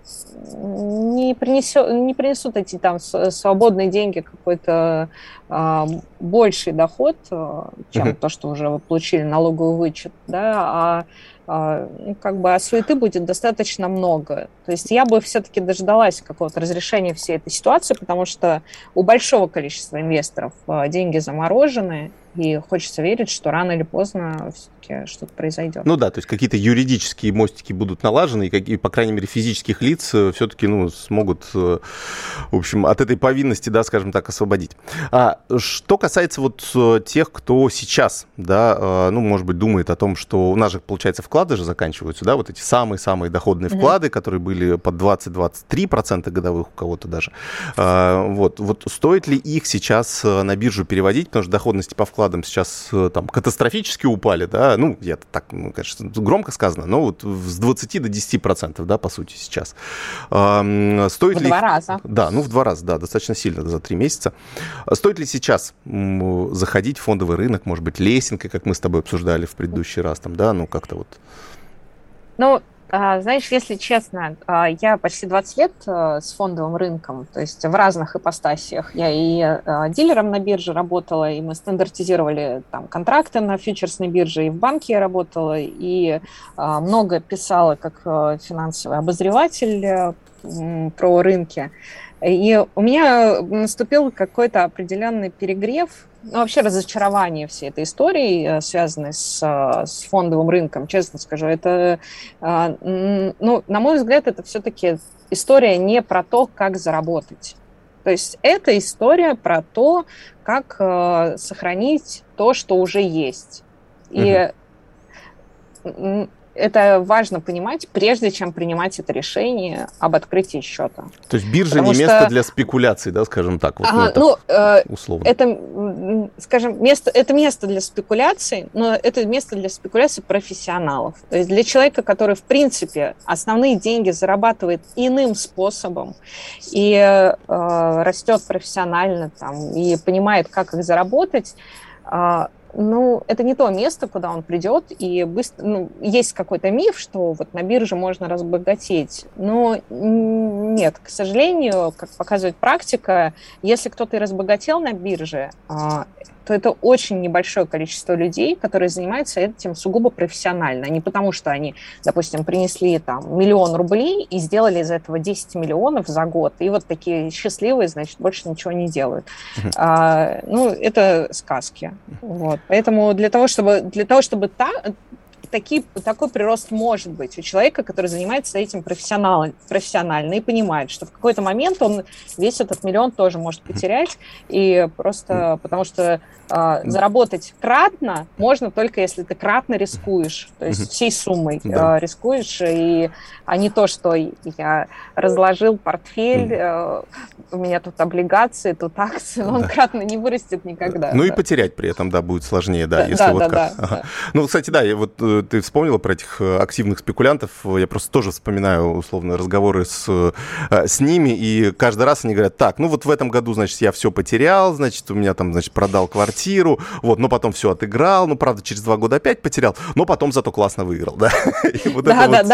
не, принесет, не принесут эти там свободные деньги какой-то а, больший доход, чем uh-huh. то, что уже вы получили налоговый вычет, да, а, а ну, как бы а суеты будет достаточно много. То есть я бы все-таки дождалась какого-то разрешения всей этой ситуации, потому что у большого количества инвесторов а, деньги заморожены, и хочется верить, что рано или поздно все-таки что-то произойдет. Ну да, то есть какие-то юридические мостики будут налажены, и, какие, по крайней мере, физических лиц все-таки ну, смогут, в общем, от этой повинности, да, скажем так, освободить. А что касается вот тех, кто сейчас, да, ну, может быть, думает о том, что у нас же, получается, вклады же заканчиваются, да, вот эти самые-самые доходные mm-hmm. вклады, которые были под двадцать-двадцать три процента годовых у кого-то даже. Вот, вот стоит ли их сейчас на биржу переводить, потому что доходности по вкладам сейчас там катастрофически упали, да, ну, я так, ну, конечно, громко сказано, но вот с двадцати до десяти процентов, да, по сути, сейчас. Стоит в ли два их... раза. Да, ну, в два раза, да, достаточно сильно за три месяца. Стоит ли сейчас заходить в фондовый рынок, может быть, лесенкой, как мы с тобой обсуждали в предыдущий раз, там, да, ну, как-то вот... Ну, знаешь, если честно, я почти двадцать лет с фондовым рынком, то есть в разных ипостасиях. Я и дилером на бирже работала, и мы стандартизировали там контракты на фьючерсной бирже, и в банке я работала, и много писала как финансовый обозреватель про рынки. И у меня наступил какой-то определенный перегрев, ну, вообще разочарование всей этой истории, связанной с, с фондовым рынком, честно скажу. Это, ну, на мой взгляд, это все-таки история не про то, как заработать. То есть это история про то, как сохранить то, что уже есть. И угу. это важно понимать, прежде чем принимать это решение об открытии счета. То есть биржа Потому не что... место для спекуляций, да, скажем так, вот, ага, ну, так, ну, условно. Это, скажем, место, это место для спекуляций, но это место для спекуляций профессионалов. То есть для человека, который, в принципе, основные деньги зарабатывает иным способом и э, растет профессионально там, и понимает, как их заработать, э, ну, это не то место, куда он придет, и быстро, ну, есть какой-то миф, что вот на бирже можно разбогатеть, но нет, к сожалению, как показывает практика, если кто-то и разбогател на бирже, то это очень небольшое количество людей, которые занимаются этим сугубо профессионально, не потому что они, допустим, принесли там миллион рублей и сделали из этого десять миллионов за год, и вот такие счастливые, значит, больше ничего не делают. Uh-huh. А, ну, это сказки. Вот. Поэтому для того, чтобы, для того, чтобы та, такие, такой прирост может быть у человека, который занимается этим профессионально, профессионально и понимает, что в какой-то момент он весь этот миллион тоже может потерять, и просто потому что э, заработать кратно можно только если ты кратно рискуешь, то есть всей суммой э, рискуешь, и, а не то, что я разложил портфель, э, у меня тут облигации, тут акции, но он да. кратно не вырастет никогда. Ну да. и потерять при этом, да, будет сложнее, да, да если да, вот да, как. Да, ага. да. Ну, кстати, да, я вот ты вспомнила про этих активных спекулянтов. Я просто тоже вспоминаю, условно, разговоры с, с ними, и каждый раз они говорят: так, ну вот в этом году, значит, я все потерял, значит, у меня там, значит, продал квартиру, вот, но потом все отыграл, ну, правда, через два года опять потерял, но потом зато классно выиграл, да? Да, да,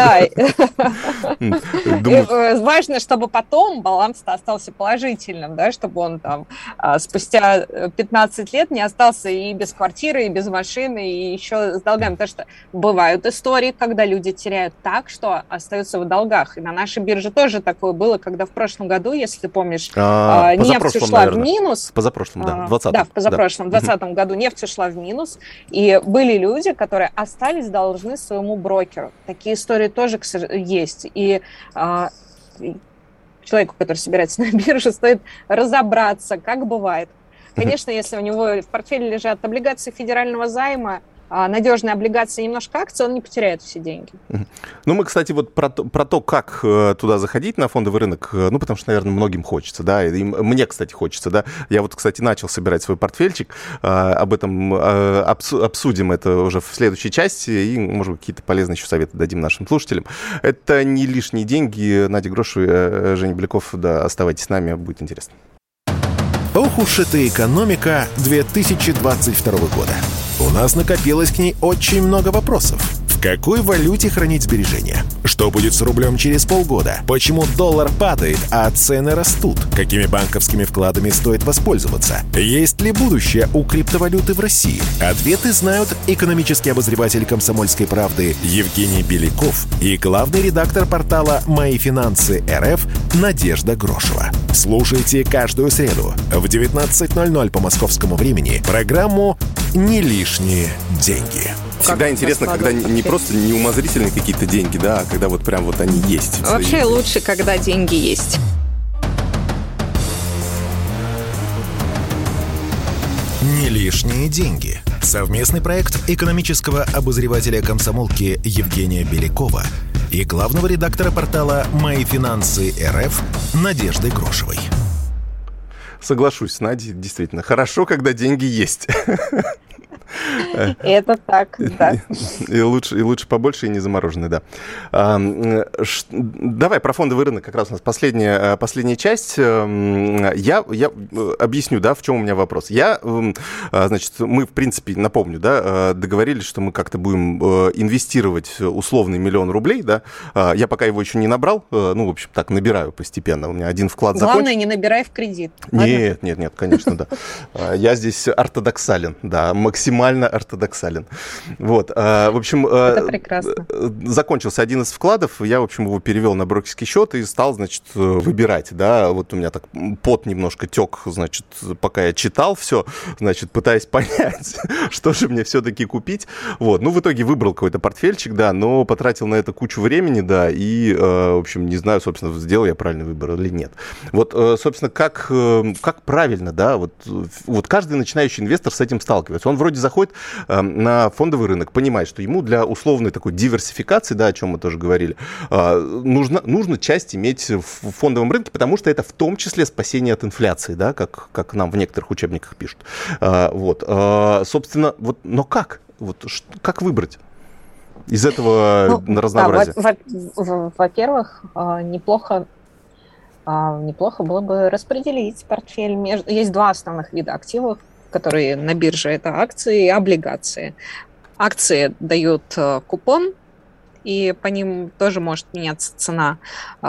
да. Важно, чтобы потом баланс-то остался положительным, да, чтобы он там спустя пятнадцать лет не остался и без квартиры, и без машины, и еще с долгами. Потому что бывают истории, когда люди теряют так, что остаются в долгах. И на нашей бирже тоже такое было, когда в прошлом году, если ты помнишь, а, нефть ушла наверное. в минус. Позапрошлом, да, в двадцатом. Да, в позапрошлом, в двадцатом году нефть ушла в минус, и были люди, которые остались должны своему брокеру. Такие истории тоже, к сожалению, есть. И а, человеку, который собирается на бирже, стоит разобраться, как бывает. Конечно, если у него в портфеле лежат облигации федерального займа, надежные облигации, немножко акций, он не потеряет все деньги. Ну, мы, кстати, вот про то, про то, как туда заходить на фондовый рынок, ну, потому что, наверное, многим хочется, да, и мне, кстати, хочется, да. Я вот, кстати, начал собирать свой портфельчик, об этом обсудим это уже в следующей части, и, может быть, какие-то полезные еще советы дадим нашим слушателям. Это не лишние деньги. Надя Грошева, Женя Беляков, да, оставайтесь с нами, будет интересно. Ох уж эта экономика две тысячи двадцать второго года. У нас накопилось к ней очень много вопросов. В какой валюте хранить сбережения? Что будет с рублем через полгода? Почему доллар падает, а цены растут? Какими банковскими вкладами стоит воспользоваться? Есть ли будущее у криптовалюты в России? Ответы знают экономический обозреватель «Комсомольской правды» Евгений Беляков и главный редактор портала «Мои финансы РФ» Надежда Грошева. Слушайте каждую среду в девятнадцать ноль ноль по московскому времени программу «Не лишние деньги». Всегда как интересно, когда не просто неумозрительные какие-то деньги, да, а когда вот прям вот они есть. Вообще лучше, когда деньги есть. «Не лишние деньги». Совместный проект экономического обозревателя комсомолки Евгения Белякова и главного редактора портала «Мои финансы РФ» Надежды Грошевой. Соглашусь с Надей, действительно. Хорошо, когда деньги есть. Это так, да. И лучше, и лучше побольше, и не замороженные, да. А, ш, давай про фондовый рынок, как раз у нас последняя, последняя часть. Я, я объясню, да, в чем у меня вопрос. Я, значит, мы, в принципе, напомню, да, договорились, что мы как-то будем инвестировать условный миллион рублей, да. Я пока его еще не набрал, ну, в общем, так, набираю постепенно. У меня один вклад закончен. Главное, не набирай в кредит. Нет, ладно? нет, нет, конечно, да. Я здесь ортодоксален, да, максимально ортодоксален. Вот, в общем, это прекрасно. Закончился один из вкладов, я, в общем, его перевел на брокерский счет и стал, значит, выбирать, да, вот у меня так пот немножко тек, значит, пока я читал все, значит, пытаясь понять, что же мне все-таки купить, вот, ну, в итоге выбрал какой-то портфельчик, да, но потратил на это кучу времени, да, и, в общем, не знаю, собственно, сделал я правильный выбор или нет. Вот, собственно, как, как правильно, да, вот, вот каждый начинающий инвестор с этим сталкивается, он вроде заходит на фондовый рынок, понимает, что ему для условной такой диверсификации, да, о чем мы тоже говорили, нужно, нужно часть иметь в фондовом рынке, потому что это в том числе спасение от инфляции, да, как, как нам в некоторых учебниках пишут. Вот. Собственно, вот, но как? Вот, как выбрать из этого ну, разнообразия? Да, во-первых, неплохо неплохо было бы распределить портфель между... Есть два основных вида активов, которые на бирже, это акции и облигации. Акции дают купон, и по ним тоже может меняться цена,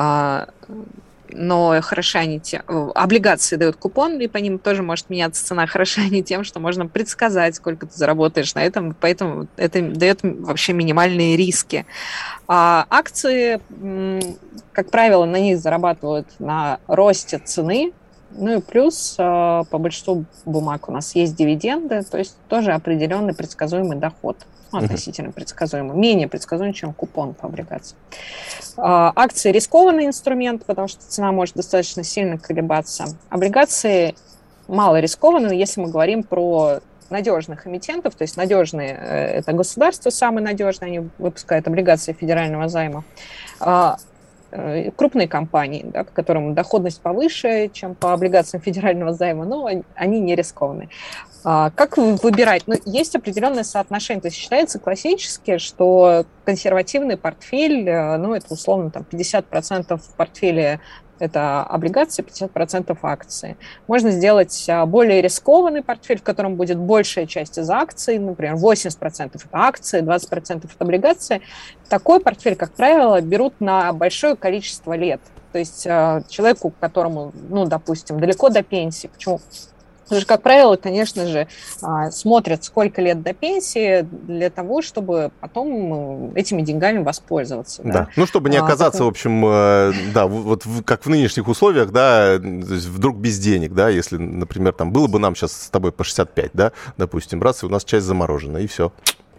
но хороши они тем... Облигации дают купон, и по ним тоже может меняться цена. Хороши они тем, что можно предсказать, сколько ты заработаешь на этом, поэтому это дает вообще минимальные риски. А акции, как правило, на них зарабатывают на росте цены. Ну и плюс по большинству бумаг у нас есть дивиденды, то есть тоже определенный предсказуемый доход, ну, относительно предсказуемый, менее предсказуемый, чем купон по облигациям. Акции рискованный инструмент, потому что цена может достаточно сильно колебаться. Облигации мало рискованные, если мы говорим про надежных эмитентов, то есть надежные, это государство самые надежные, они выпускают облигации федерального займа. крупные компании, да, по которым доходность повыше, чем по облигациям федерального займа, но они не рискованные. Как выбирать? Ну, есть определенное соотношение. То есть считается классически, что консервативный портфель, ну, это условно там, пятьдесят процентов в портфеле это облигации, пятьдесят процентов акции. Можно сделать более рискованный портфель, в котором будет большая часть из акций, например, восемьдесят процентов это акции, двадцать процентов это облигации. Такой портфель, как правило, берут на большое количество лет. То есть человеку, которому, ну, допустим, далеко до пенсии, почему? Потому что, как правило, конечно же, смотрят, сколько лет до пенсии для того, чтобы потом этими деньгами воспользоваться. Да, да. Ну, чтобы не оказаться, а, в общем, да, вот как в нынешних условиях, да, вдруг без денег, да, если, например, там было бы нам сейчас с тобой по шестьдесят пять, да, допустим, раз, и у нас часть заморожена, и все.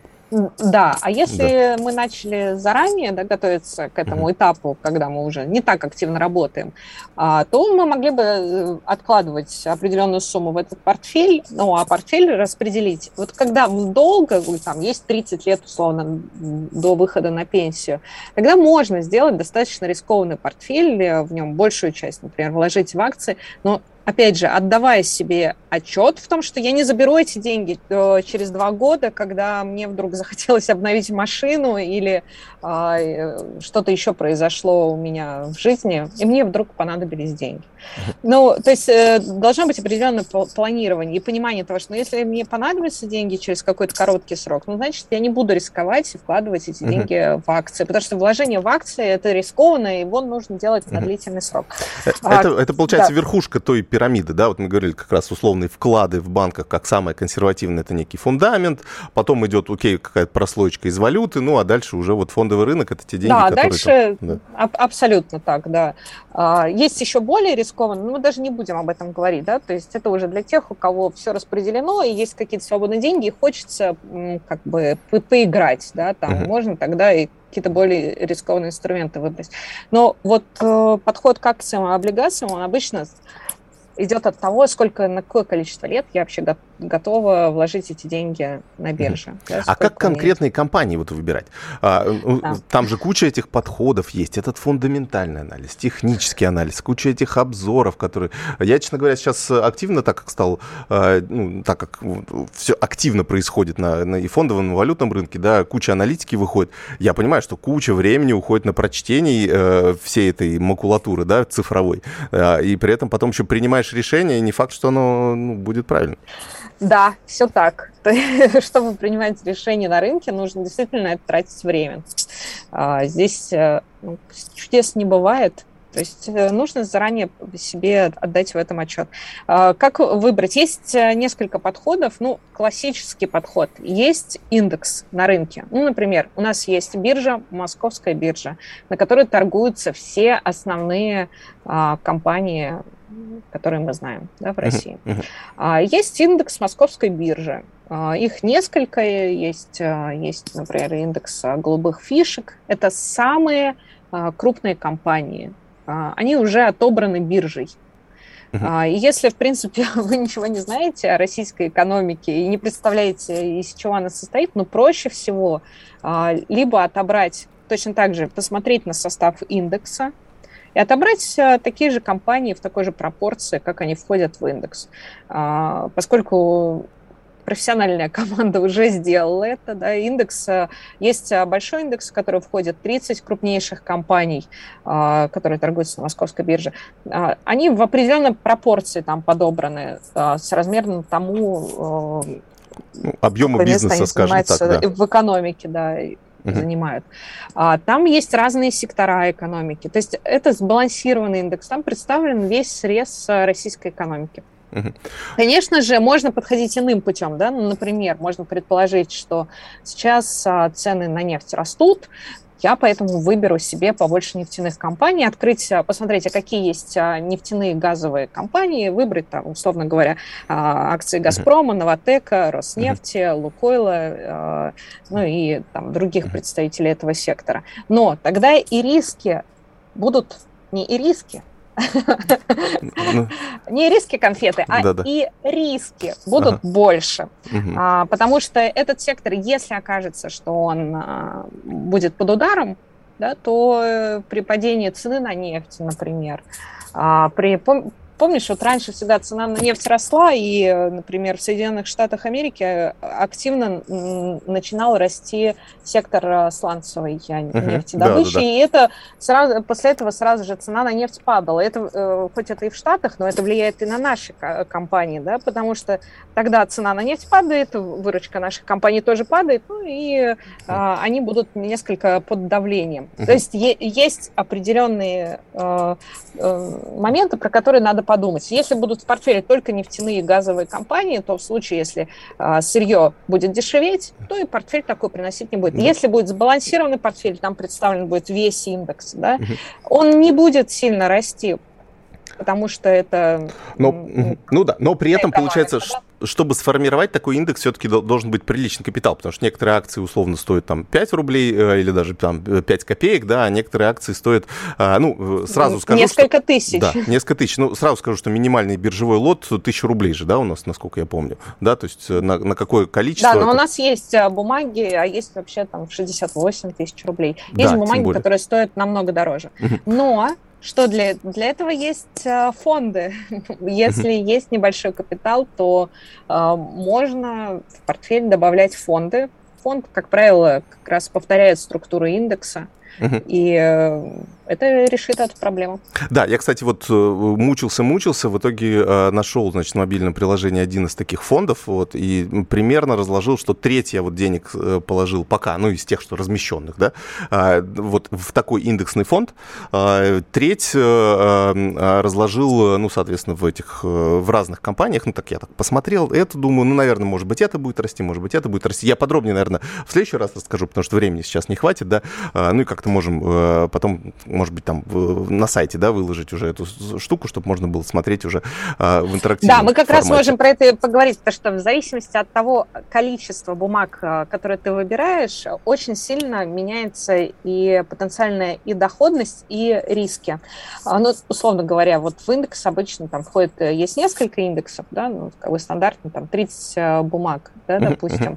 Да, а если да. мы начали заранее, да, готовиться к этому mm-hmm. этапу, когда мы уже не так активно работаем, а, то мы могли бы откладывать определенную сумму в этот портфель, ну, а портфель распределить. Вот когда долго, там, есть тридцать лет, условно, до выхода на пенсию, тогда можно сделать достаточно рискованный портфель, в нем большую часть, например, вложить в акции, но опять же, отдавая себе отчет в том, что я не заберу эти деньги через два года, когда мне вдруг захотелось обновить машину или э, что-то еще произошло у меня в жизни, и мне вдруг понадобились деньги. Ну, то есть э, должно быть определенное планирование и понимание того, что ну, если мне понадобятся деньги через какой-то короткий срок, ну, значит, я не буду рисковать и вкладывать эти деньги uh-huh. в акции, потому что вложение в акции – это рискованно, и его нужно делать uh-huh. на длительный срок. Это, а, это получается, да. верхушка той пирамиды, да, вот мы говорили как раз условные вклады в банках как самое консервативное, это некий фундамент, потом идет, окей, какая-то прослоечка из валюты, ну, а дальше уже вот фондовый рынок, это те деньги, да, которые... Дальше, там, да, дальше абсолютно так, да. Есть еще более рискованные, но мы даже не будем об этом говорить, да, то есть это уже для тех, у кого все распределено, и есть какие-то свободные деньги, и хочется как бы по- поиграть, да, там uh-huh. можно тогда и какие-то более рискованные инструменты выбрать. Но вот э, подход к акциям и облигациям, он обычно идет от того, сколько, на какое количество лет я вообще го- готова вложить эти деньги на бирже. Mm-hmm. Да, а как конкретные мне... компании вот выбирать? А, да. Там же куча этих подходов есть. Этот фундаментальный анализ, технический анализ, куча этих обзоров, которые... Я, честно говоря, сейчас активно, так как стал, ну, так как все активно происходит на, на и фондовом, и валютном рынке, да, куча аналитики выходит. Я понимаю, что куча времени уходит на прочтение э, всей этой макулатуры, да, цифровой. Э, и при этом потом еще принимаешь решение, и не факт, что оно ну, будет правильно. Да, все так. Чтобы принимать решения на рынке, нужно действительно это тратить время. Здесь ну, чудес не бывает. То есть нужно заранее себе отдать в этом отчет. Как выбрать? Есть несколько подходов. Ну, классический подход. Есть индекс на рынке. Ну, например, у нас есть биржа, Московская биржа, на которой торгуются все основные компании, которые мы знаем, да, в России. Uh-huh. Uh-huh. Есть индекс Московской биржи. Их несколько. Есть, есть, например, индекс голубых фишек. Это самые крупные компании. Они уже отобраны биржей. Uh-huh. И если, в принципе, вы ничего не знаете о российской экономике и не представляете, из чего она состоит, ну, проще всего либо отобрать, точно так же посмотреть на состав индекса, и отобрать такие же компании в такой же пропорции, как они входят в индекс. Поскольку профессиональная команда уже сделала это, да, индекс, есть большой индекс, в который входят тридцать крупнейших компаний, которые торгуются на Московской бирже. Они в определенной пропорции там подобраны, соразмерно тому, ну, объему бизнеса, скажем так, да. В экономике, да, занимают. Uh-huh. Там есть разные сектора экономики. То есть это сбалансированный индекс. Там представлен весь срез российской экономики. Uh-huh. Конечно же, можно подходить иным путем. Да? Ну, например, можно предположить, что сейчас цены на нефть растут, я поэтому выберу себе побольше нефтяных компаний, открыть, посмотреть, а какие есть нефтяные газовые компании, выбрать, там, условно говоря, акции «Газпрома», «Новатэка», «Роснефти», «Лукойла», ну и там, других представителей этого сектора. Но тогда и риски будут не и риски, не риски конфеты, а да, да. и риски будут ага. больше. Угу. А, потому что этот сектор, если окажется, что он а, будет под ударом, да, то при падении цены на нефть, например, при... Помнишь, вот раньше всегда цена на нефть росла, и, например, в Соединенных Штатах Америки активно начинал расти сектор сланцевой нефтедобычи, uh-huh. да, да, да. и это сразу, после этого сразу же цена на нефть падала. Это, хоть это и в Штатах, но это влияет и на наши компании, да, потому что тогда цена на нефть падает, выручка наших компаний тоже падает, ну и uh-huh. а, они будут несколько под давлением. Uh-huh. То есть е- есть определенные э, э, моменты, про которые надо подумать. Если будут в портфеле только нефтяные и газовые компании, то в случае, если а, сырье будет дешеветь, то и портфель такой приносить не будет. Mm-hmm. Если будет сбалансированный портфель, там представлен будет весь индекс, да, mm-hmm. он не будет сильно расти, потому что это... Но, ну да, но при этом получается, да? Чтобы сформировать такой индекс, все-таки должен быть приличный капитал, потому что некоторые акции условно стоят там пять рублей или даже там пять копеек, да, а некоторые акции стоят, ну, сразу скажу... Несколько что, тысяч. Да, несколько тысяч. Ну, сразу скажу, что минимальный биржевой лот тысяча рублей же, да, у нас, насколько я помню, да, то есть на, на какое количество... Да, но это... у нас есть бумаги, а есть вообще там шестьдесят восемь тысяч рублей. Есть да, бумаги, которые стоят намного дороже. Но... Что для, для этого есть э, фонды. Если uh-huh. есть небольшой капитал, то э, можно в портфель добавлять фонды. Фонд, как правило, как раз повторяет структуру индекса. Uh-huh. И э, это решит эту проблему. Да, я, кстати, вот мучился-мучился, в итоге э, нашел, значит, в мобильном приложении один из таких фондов, вот, и примерно разложил, что треть я вот денег э, положил пока, ну, из тех, что размещенных, да, э, вот в такой индексный фонд, э, треть э, э, разложил, ну, соответственно, в этих, э, в разных компаниях, ну, так я так посмотрел, это, думаю, ну, наверное, может быть, это будет расти, может быть, это будет расти. Я подробнее, наверное, в следующий раз расскажу, потому что времени сейчас не хватит, да, э, ну, и как-то можем э, потом... может быть, там на сайте, да, выложить уже эту штуку, чтобы можно было смотреть уже а, в интерактивном Да, мы как формате. раз можем про это поговорить, потому что в зависимости от того количества бумаг, которые ты выбираешь, очень сильно меняется и потенциальная и доходность, и риски. Ну, условно говоря, вот в индекс обычно там входит, есть несколько индексов, да, ну, как бы стандартно, там тридцать бумаг, да, допустим.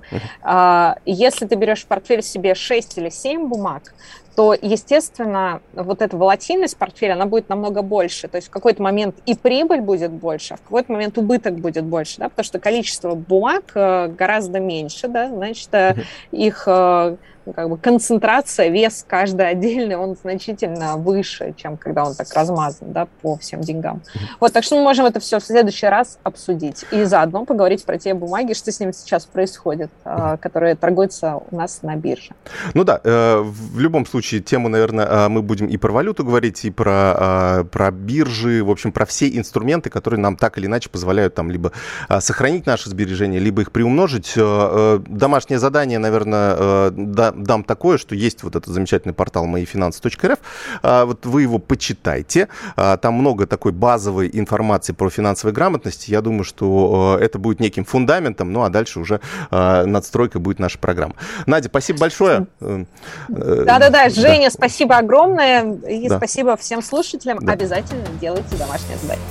Если ты берешь в портфель себе шесть или семь бумаг, то, естественно, вот эта волатильность портфеля, она будет намного больше. То есть в какой-то момент и прибыль будет больше, а в какой-то момент убыток будет больше, да, потому что количество бумаг гораздо меньше, да, значит, их как бы концентрация, вес каждый отдельный, он значительно выше, чем когда он так размазан, да, по всем деньгам. Вот, так что мы можем это все в следующий раз обсудить и заодно поговорить про те бумаги, что с ними сейчас происходит, которые торгуются у нас на бирже. Ну да, в любом случае тему, наверное, мы будем и про валюту говорить, и про, про биржи, в общем, про все инструменты, которые нам так или иначе позволяют там либо сохранить наши сбережения, либо их приумножить. Домашнее задание, наверное, да, дам такое, что есть вот этот замечательный портал мои финансы точка эр эф. Вот вы его почитайте. Там много такой базовой информации про финансовую грамотность. Я думаю, что это будет неким фундаментом, ну а дальше уже надстройка будет наша программа. Надя, спасибо большое. Да-да-да, Женя, спасибо огромное. И да. спасибо всем слушателям. Да. Обязательно делайте домашнее задание.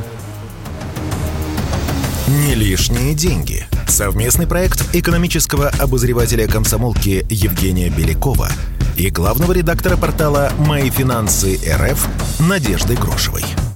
Не лишние деньги. Совместный проект экономического обозревателя комсомолки Евгения Белякова и главного редактора портала «Мои финансы эр эф» Надежды Грошевой.